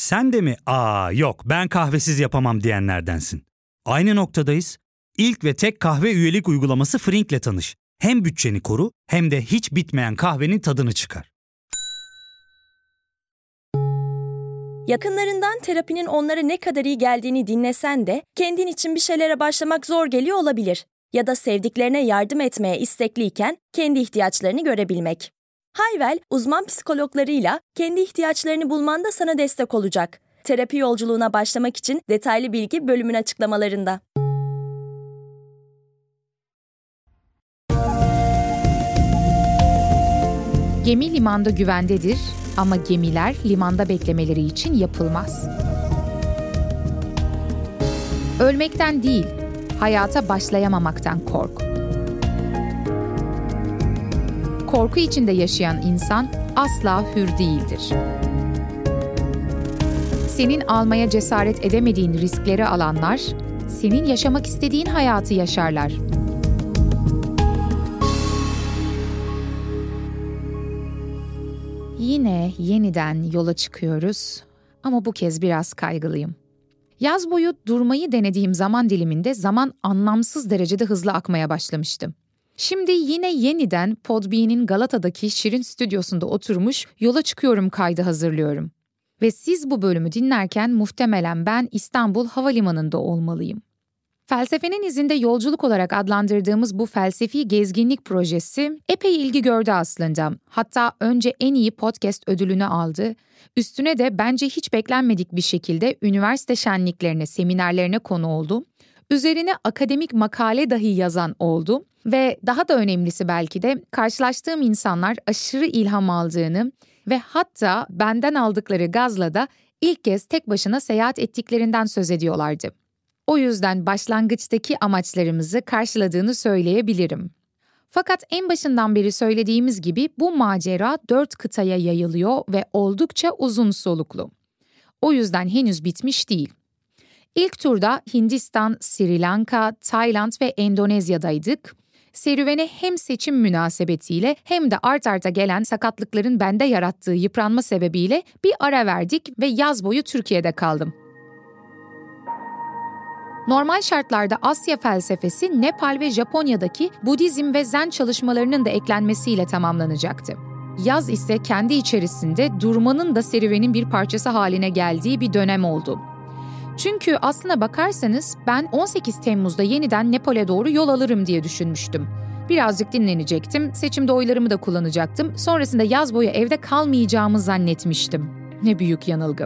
Sen de mi yok ben kahvesiz yapamam diyenlerdensin? Aynı noktadayız. İlk ve tek kahve üyelik uygulaması Frink'le tanış. Hem bütçeni koru hem de hiç bitmeyen kahvenin tadını çıkar. Yakınlarından terapinin onlara ne kadar iyi geldiğini dinlesen de kendin için bir şeylere başlamak zor geliyor olabilir. Ya da sevdiklerine yardım etmeye istekliyken kendi ihtiyaçlarını görebilmek. Hayvel, uzman psikologlarıyla kendi ihtiyaçlarını bulmanda sana destek olacak. Terapi yolculuğuna başlamak için detaylı bilgi bölümün açıklamalarında. Gemi limanda güvendedir ama gemiler limanda beklemeleri için yapılmaz. Ölmekten değil, hayata başlayamamaktan kork. Korku içinde yaşayan insan asla hür değildir. Senin almaya cesaret edemediğin riskleri alanlar, senin yaşamak istediğin hayatı yaşarlar. Yine yeniden yola çıkıyoruz ama bu kez biraz kaygılıyım. Yaz boyu durmayı denediğim zaman diliminde zaman anlamsız derecede hızlı akmaya başlamıştı. Şimdi yine yeniden Podbean'in Galata'daki Şirin stüdyosunda oturmuş yola çıkıyorum kaydı hazırlıyorum. Ve siz bu bölümü dinlerken muhtemelen ben İstanbul Havalimanı'nda olmalıyım. Felsefenin izinde yolculuk olarak adlandırdığımız bu felsefi gezginlik projesi epey ilgi gördü aslında. Hatta önce en iyi podcast ödülünü aldı. Üstüne de bence hiç beklenmedik bir şekilde üniversite şenliklerine, seminerlerine konu oldu. Üzerine akademik makale dahi yazan oldu. Ve daha da önemlisi belki de karşılaştığım insanlar aşırı ilham aldığını ve hatta benden aldıkları gazla da ilk kez tek başına seyahat ettiklerinden söz ediyorlardı. O yüzden başlangıçtaki amaçlarımızı karşıladığını söyleyebilirim. Fakat en başından beri söylediğimiz gibi bu macera 4 kıtaya yayılıyor ve oldukça uzun soluklu. O yüzden henüz bitmiş değil. İlk turda Hindistan, Sri Lanka, Tayland ve Endonezya'daydık. Serüvene hem seçim münasebetiyle hem de art arda gelen sakatlıkların bende yarattığı yıpranma sebebiyle bir ara verdik ve yaz boyu Türkiye'de kaldım. Normal şartlarda Asya felsefesi Nepal ve Japonya'daki Budizm ve Zen çalışmalarının da eklenmesiyle tamamlanacaktı. Yaz ise kendi içerisinde durmanın da serüvenin bir parçası haline geldiği bir dönem oldu. Çünkü aslına bakarsanız ben 18 Temmuz'da yeniden Nepal'e doğru yol alırım diye düşünmüştüm. Birazcık dinlenecektim, seçimde oylarımı da kullanacaktım, sonrasında yaz boyu evde kalmayacağımı zannetmiştim. Ne büyük yanılgı.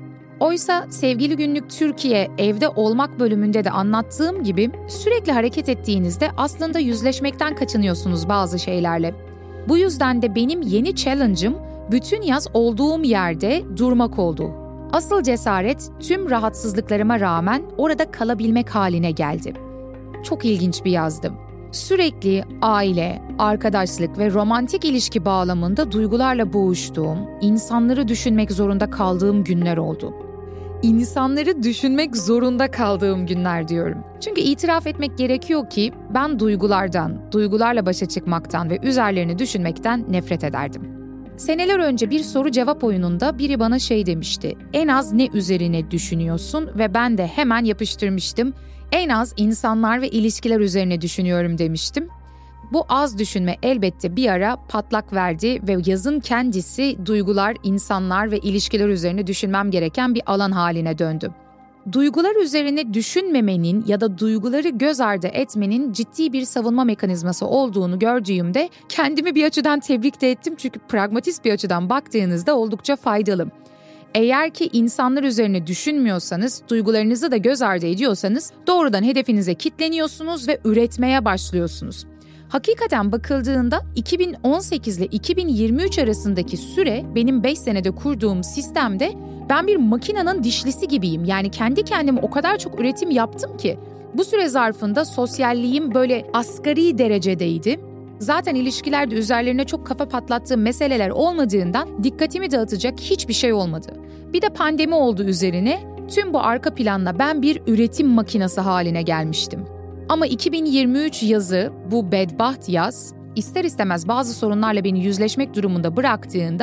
Oysa Sevgili Günlük Türkiye Evde Olmak bölümünde de anlattığım gibi sürekli hareket ettiğinizde aslında yüzleşmekten kaçınıyorsunuz bazı şeylerle. Bu yüzden de benim yeni challenge'ım bütün yaz olduğum yerde durmak oldu. Asıl cesaret tüm rahatsızlıklarıma rağmen orada kalabilmek haline geldi. Çok ilginç bir yazdı. Sürekli aile, arkadaşlık ve romantik ilişki bağlamında duygularla boğuştuğum, insanları düşünmek zorunda kaldığım günler oldu. İnsanları düşünmek zorunda kaldığım günler diyorum. Çünkü itiraf etmek gerekiyor ki ben duygularla başa çıkmaktan ve üzerlerini düşünmekten nefret ederdim. Seneler önce bir soru cevap oyununda biri bana demişti. En az ne üzerine düşünüyorsun ve ben de hemen yapıştırmıştım. En az insanlar ve ilişkiler üzerine düşünüyorum demiştim. Bu az düşünme elbette bir ara patlak verdi ve yazın kendisi duygular, insanlar ve ilişkiler üzerine düşünmem gereken bir alan haline döndü. Duygular üzerine düşünmemenin ya da duyguları göz ardı etmenin ciddi bir savunma mekanizması olduğunu gördüğümde kendimi bir açıdan tebrik de ettim çünkü pragmatist bir açıdan baktığınızda oldukça faydalı. Eğer ki insanlar üzerine düşünmüyorsanız, duygularınızı da göz ardı ediyorsanız doğrudan hedefinize kilitleniyorsunuz ve üretmeye başlıyorsunuz. Hakikaten bakıldığında 2018 ile 2023 arasındaki süre benim 5 senede kurduğum sistemde ben bir makinenin dişlisi gibiyim. Yani kendi kendime o kadar çok üretim yaptım ki bu süre zarfında sosyalliğim böyle asgari derecedeydi. Zaten ilişkilerde üzerlerine çok kafa patlattığım meseleler olmadığından dikkatimi dağıtacak hiçbir şey olmadı. Bir de pandemi oldu üzerine. Tüm bu arka planla ben bir üretim makinesi haline gelmiştim. Ama 2023 yazı, bu bedbaht yaz, ister istemez bazı sorunlarla beni yüzleşmek durumunda bıraktığında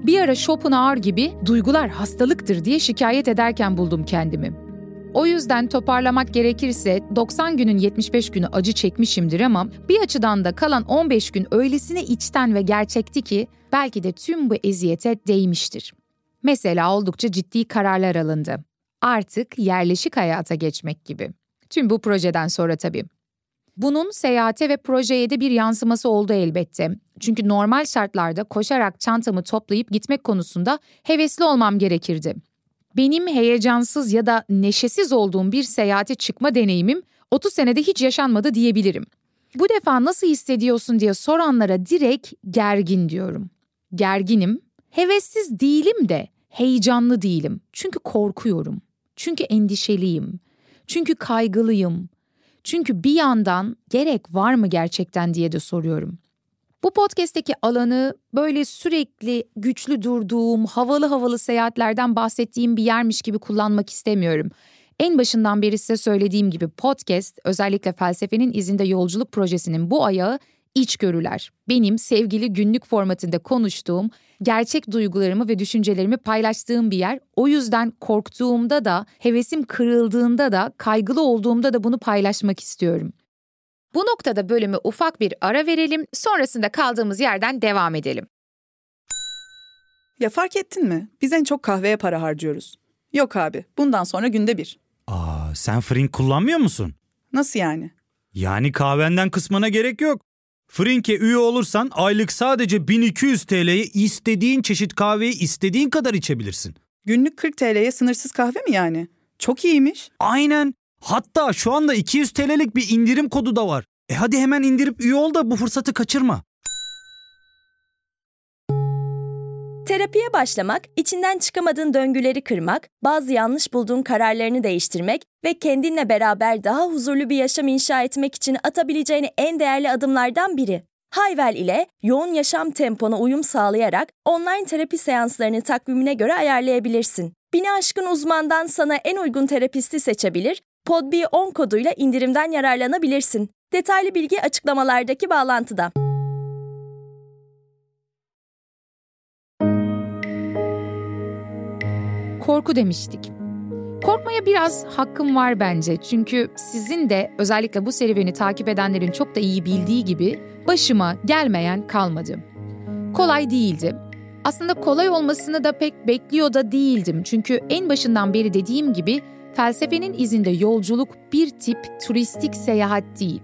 Bir ara Schopenhauer gibi duygular hastalıktır diye şikayet ederken buldum kendimi. O yüzden toparlamak gerekirse 90 günün 75 günü acı çekmişimdir ama bir açıdan da kalan 15 gün öylesine içten ve gerçekti ki belki de tüm bu eziyete değmiştir. Mesela oldukça ciddi kararlar alındı. Artık yerleşik hayata geçmek gibi. Tüm bu projeden sonra tabii. Bunun seyahate ve projeye de bir yansıması oldu elbette. Çünkü normal şartlarda koşarak çantamı toplayıp gitmek konusunda hevesli olmam gerekirdi. Benim heyecansız ya da neşesiz olduğum bir seyahate çıkma deneyimim 30 senede hiç yaşanmadı diyebilirim. Bu defa nasıl hissediyorsun diye soranlara direkt gergin diyorum. Gerginim, hevessiz değilim de heyecanlı değilim. Çünkü korkuyorum. Çünkü endişeliyim. Çünkü kaygılıyım. Çünkü bir yandan gerek var mı gerçekten diye de soruyorum. Bu podcast'teki alanı böyle sürekli güçlü durduğum, havalı seyahatlerden bahsettiğim bir yermiş gibi kullanmak istemiyorum. En başından beri size söylediğim gibi podcast, özellikle Felsefenin İzinde Yolculuk projesinin bu ayağı içgörüler. Benim sevgili günlük formatında konuştuğum, gerçek duygularımı ve düşüncelerimi paylaştığım bir yer. O yüzden korktuğumda da, hevesim kırıldığında da, kaygılı olduğumda da bunu paylaşmak istiyorum. Bu noktada bölümü ufak bir ara verelim, sonrasında kaldığımız yerden devam edelim. Ya fark ettin mi? Biz en çok kahveye para harcıyoruz. Yok abi, bundan sonra günde bir. Sen Frink kullanmıyor musun? Nasıl yani? Yani kahvenden kısmına gerek yok. Frink'e üye olursan aylık sadece 1200 TL'ye istediğin çeşit kahveyi istediğin kadar içebilirsin. Günlük 40 TL'ye sınırsız kahve mi yani? Çok iyiymiş. Aynen. Hatta şu anda 200 TL'lik bir indirim kodu da var. Hadi hemen indirip üye ol da bu fırsatı kaçırma. Terapiye başlamak, içinden çıkamadığın döngüleri kırmak, bazı yanlış bulduğun kararlarını değiştirmek ve kendinle beraber daha huzurlu bir yaşam inşa etmek için atabileceğin en değerli adımlardan biri. Hayvel ile yoğun yaşam tempona uyum sağlayarak online terapi seanslarını takvimine göre ayarlayabilirsin. 1000'i aşkın uzmandan sana en uygun terapisti seçebilir, PodB10 koduyla indirimden yararlanabilirsin. Detaylı bilgi açıklamalardaki bağlantıda. Korku demiştik. Korkmaya biraz hakkım var bence. Çünkü sizin de özellikle bu serüveni takip edenlerin çok da iyi bildiği gibi başıma gelmeyen kalmadı. Kolay değildi. Aslında kolay olmasını da pek bekliyor da değildim. Çünkü en başından beri dediğim gibi felsefenin izinde yolculuk bir tip turistik seyahat değil.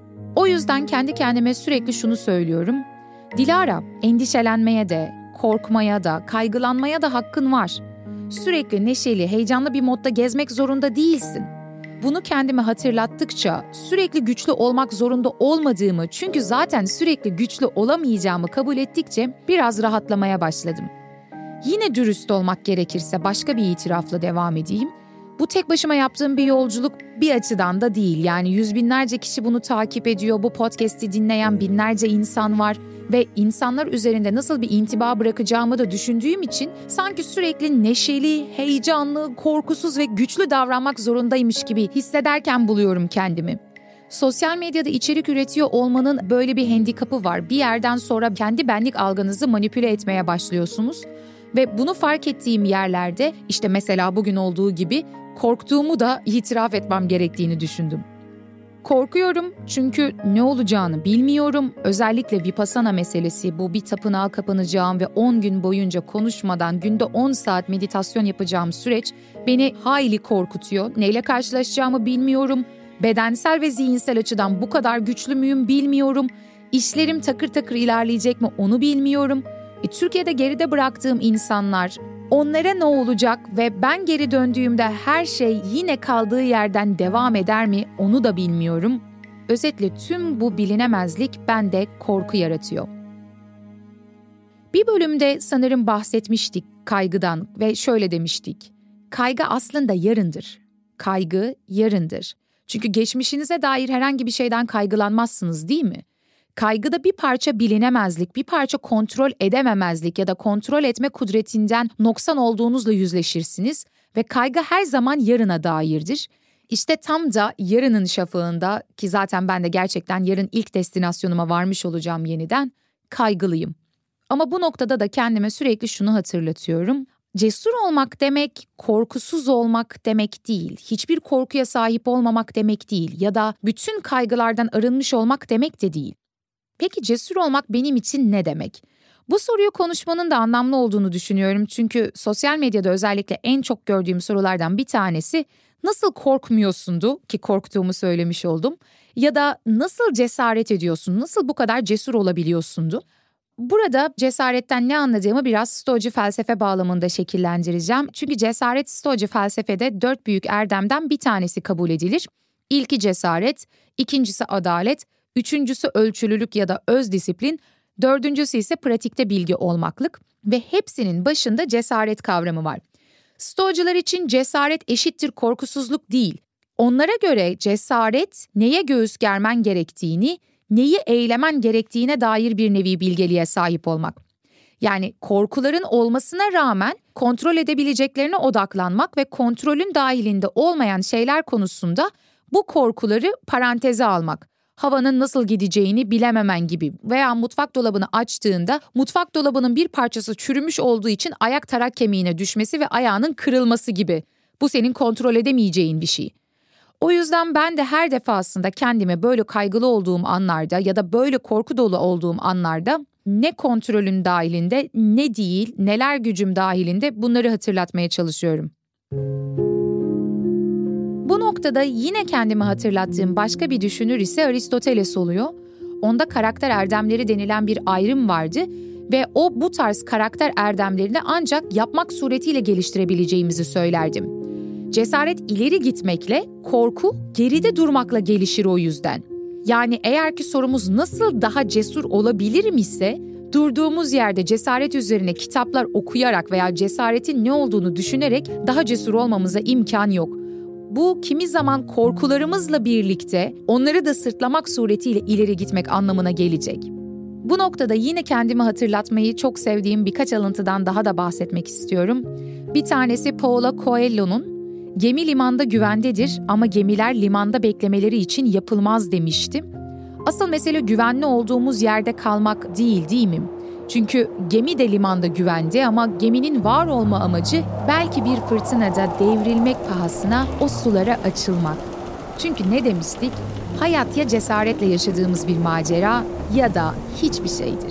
O yüzden kendi kendime sürekli şunu söylüyorum. Dilara, endişelenmeye de, korkmaya da, kaygılanmaya da hakkın var. Sürekli neşeli, heyecanlı bir modda gezmek zorunda değilsin. Bunu kendime hatırlattıkça, sürekli güçlü olmak zorunda olmadığımı, çünkü zaten sürekli güçlü olamayacağımı kabul ettikçe biraz rahatlamaya başladım. Yine dürüst olmak gerekirse başka bir itirafla devam edeyim. Bu tek başıma yaptığım bir yolculuk bir açıdan da değil. Yani yüz binlerce kişi bunu takip ediyor, bu podcast'i dinleyen binlerce insan var. Ve insanlar üzerinde nasıl bir intiba bırakacağımı da düşündüğüm için sanki sürekli neşeli, heyecanlı, korkusuz ve güçlü davranmak zorundaymış gibi hissederken buluyorum kendimi. Sosyal medyada içerik üretiyor olmanın böyle bir handikapı var. Bir yerden sonra kendi benlik algınızı manipüle etmeye başlıyorsunuz. Ve bunu fark ettiğim yerlerde işte mesela bugün olduğu gibi korktuğumu da itiraf etmem gerektiğini düşündüm. Korkuyorum çünkü ne olacağını bilmiyorum. Özellikle Vipassana meselesi, bu bir tapınağa kapanacağım ve 10 gün boyunca konuşmadan günde 10 saat meditasyon yapacağım süreç beni hayli korkutuyor. Neyle karşılaşacağımı bilmiyorum. Bedensel ve zihinsel açıdan bu kadar güçlü müyüm bilmiyorum. İşlerim takır takır ilerleyecek mi onu bilmiyorum. Türkiye'de geride bıraktığım insanlar, onlara ne olacak ve ben geri döndüğümde her şey yine kaldığı yerden devam eder mi onu da bilmiyorum. Özetle tüm bu bilinemezlik bende korku yaratıyor. Bir bölümde sanırım bahsetmiştik kaygıdan ve şöyle demiştik. Kaygı aslında yarındır. Kaygı yarındır. Çünkü geçmişinize dair herhangi bir şeyden kaygılanmazsınız, değil mi? Kaygıda bir parça bilinemezlik, bir parça kontrol edememezlik ya da kontrol etme kudretinden noksan olduğunuzla yüzleşirsiniz ve kaygı her zaman yarına dairdir. İşte tam da yarının şafağında, ki zaten ben de gerçekten yarın ilk destinasyonuma varmış olacağım yeniden, kaygılıyım. Ama bu noktada da kendime sürekli şunu hatırlatıyorum. Cesur olmak demek, korkusuz olmak demek değil. Hiçbir korkuya sahip olmamak demek değil. Ya da bütün kaygılardan arınmış olmak demek de değil. Peki cesur olmak benim için ne demek? Bu soruyu konuşmanın da anlamlı olduğunu düşünüyorum. Çünkü sosyal medyada özellikle en çok gördüğüm sorulardan bir tanesi nasıl korkmuyorsundu ki korktuğumu söylemiş oldum. Ya da nasıl cesaret ediyorsun, nasıl bu kadar cesur olabiliyorsundu? Burada cesaretten ne anladığımı biraz Stoacı felsefe bağlamında şekillendireceğim. Çünkü cesaret Stoacı felsefede 4 büyük erdemden bir tanesi kabul edilir. İlki cesaret, ikincisi adalet, üçüncüsü ölçülülük ya da öz disiplin, dördüncüsü ise pratikte bilgi olmaklık ve hepsinin başında cesaret kavramı var. Stoacılar için cesaret eşittir korkusuzluk değil. Onlara göre cesaret neye göğüs germen gerektiğini, neyi eylemen gerektiğine dair bir nevi bilgeliğe sahip olmak. Yani korkuların olmasına rağmen kontrol edebileceklerine odaklanmak ve kontrolün dahilinde olmayan şeyler konusunda bu korkuları paranteze almak. Havanın nasıl gideceğini bilememen gibi veya mutfak dolabını açtığında mutfak dolabının bir parçası çürümüş olduğu için ayak tarak kemiğine düşmesi ve ayağının kırılması gibi. Bu senin kontrol edemeyeceğin bir şey. O yüzden ben de her defasında kendime böyle kaygılı olduğum anlarda ya da böyle korku dolu olduğum anlarda ne kontrolün dahilinde ne değil, neler gücüm dahilinde bunları hatırlatmaya çalışıyorum. Bu noktada yine kendime hatırlattığım başka bir düşünür ise Aristoteles oluyor. Onda karakter erdemleri denilen bir ayrım vardı ve o bu tarz karakter erdemlerini ancak yapmak suretiyle geliştirebileceğimizi söylerdim. Cesaret ileri gitmekle, korku geride durmakla gelişir o yüzden. Yani eğer ki sorumuz nasıl daha cesur olabilirim ise, durduğumuz yerde cesaret üzerine kitaplar okuyarak veya cesaretin ne olduğunu düşünerek daha cesur olmamıza imkan yok. Bu kimi zaman korkularımızla birlikte onları da sırtlamak suretiyle ileri gitmek anlamına gelecek. Bu noktada yine kendimi hatırlatmayı çok sevdiğim birkaç alıntıdan daha da bahsetmek istiyorum. Bir tanesi Paulo Coelho'nun "Gemi limanda güvendedir ama gemiler limanda beklemeleri için yapılmaz" demişti. Asıl mesele güvenli olduğumuz yerde kalmak değil mi? Çünkü gemi de limanda güvende ama geminin var olma amacı belki bir fırtınada devrilmek pahasına o sulara açılmak. Çünkü ne demiştik? Hayat ya cesaretle yaşadığımız bir macera ya da hiçbir şeydir.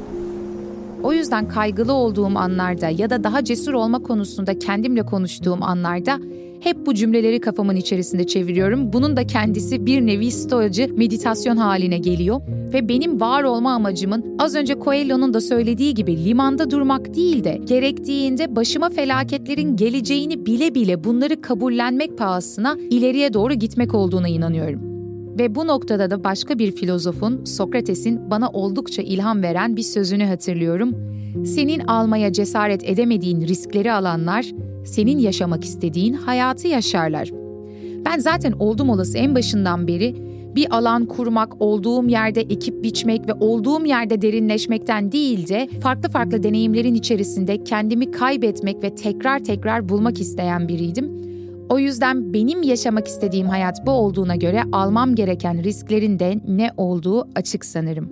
O yüzden kaygılı olduğum anlarda ya da daha cesur olma konusunda kendimle konuştuğum anlarda hep bu cümleleri kafamın içerisinde çeviriyorum. Bunun da kendisi bir nevi stoacı meditasyon haline geliyor. Ve benim var olma amacımın az önce Coelho'nun da söylediği gibi limanda durmak değil de gerektiğinde başıma felaketlerin geleceğini bile bile bunları kabullenmek pahasına ileriye doğru gitmek olduğuna inanıyorum. Ve bu noktada da başka bir filozofun, Sokrates'in bana oldukça ilham veren bir sözünü hatırlıyorum. Senin almaya cesaret edemediğin riskleri alanlar, senin yaşamak istediğin hayatı yaşarlar. Ben zaten oldum olası en başından beri bir alan kurmak, olduğum yerde ekip biçmek ve olduğum yerde derinleşmekten değil de farklı deneyimlerin içerisinde kendimi kaybetmek ve tekrar bulmak isteyen biriydim. O yüzden benim yaşamak istediğim hayat bu olduğuna göre almam gereken risklerin de ne olduğu açık sanırım.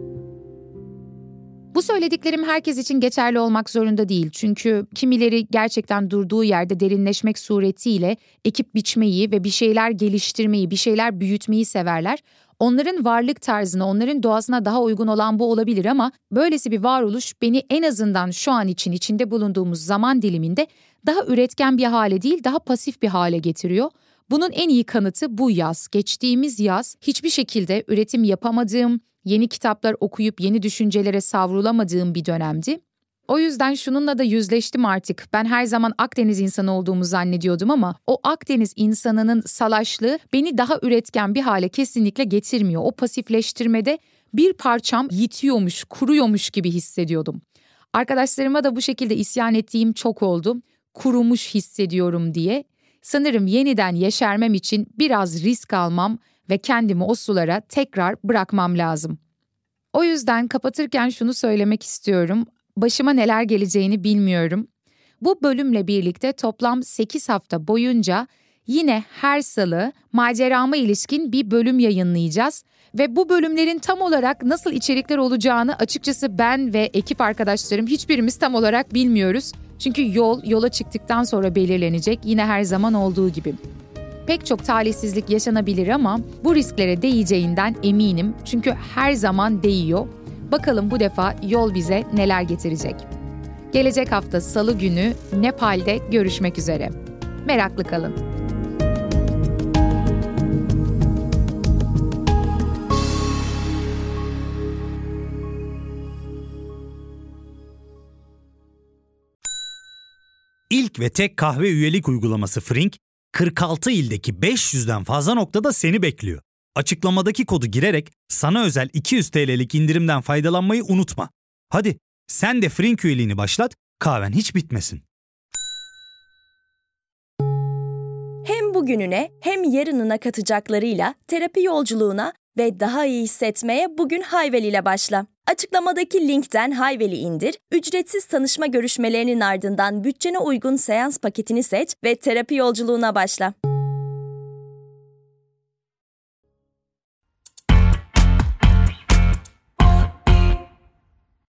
Bu söylediklerim herkes için geçerli olmak zorunda değil. Çünkü kimileri gerçekten durduğu yerde derinleşmek suretiyle ekip biçmeyi ve bir şeyler geliştirmeyi, bir şeyler büyütmeyi severler. Onların varlık tarzına, onların doğasına daha uygun olan bu olabilir ama böylesi bir varoluş beni en azından şu an için içinde bulunduğumuz zaman diliminde daha üretken bir hale değil, daha pasif bir hale getiriyor. Bunun en iyi kanıtı bu yaz. Geçtiğimiz yaz hiçbir şekilde üretim yapamadığım, yeni kitaplar okuyup yeni düşüncelere savrulamadığım bir dönemdi. O yüzden şununla da yüzleştim artık. Ben her zaman Akdeniz insanı olduğumu zannediyordum ama o Akdeniz insanının salaşlığı beni daha üretken bir hale kesinlikle getirmiyor. O pasifleştirmede bir parçam yitiyormuş, kuruyormuş gibi hissediyordum. Arkadaşlarıma da bu şekilde isyan ettiğim çok oldu. Kurumuş hissediyorum diye. Sanırım yeniden yeşermem için biraz risk almam ve kendimi o sulara tekrar bırakmam lazım. O yüzden kapatırken şunu söylemek istiyorum. Başıma neler geleceğini bilmiyorum. Bu bölümle birlikte toplam 8 hafta boyunca yine her salı macerama ilişkin bir bölüm yayınlayacağız. Ve bu bölümlerin tam olarak nasıl içerikler olacağını açıkçası ben ve ekip arkadaşlarım hiçbirimiz tam olarak bilmiyoruz. Çünkü yola çıktıktan sonra belirlenecek, yine her zaman olduğu gibi. Pek çok talihsizlik yaşanabilir ama bu risklere değeceğinden eminim. Çünkü her zaman değiyor. Bakalım bu defa yol bize neler getirecek. Gelecek hafta Salı günü Nepal'de görüşmek üzere. Meraklı kalın. İlk ve tek kahve üyelik uygulaması Frink, 46 ildeki 500'den fazla noktada seni bekliyor. Açıklamadaki kodu girerek sana özel 200 TL'lik indirimden faydalanmayı unutma. Hadi sen de Frink üyeliğini başlat, kahven hiç bitmesin. Hem bugününe hem yarınına katacaklarıyla terapi yolculuğuna ve daha iyi hissetmeye bugün Hayvel ile başla. Açıklamadaki linkten Hayvel'i indir, ücretsiz tanışma görüşmelerinin ardından bütçene uygun seans paketini seç ve terapi yolculuğuna başla.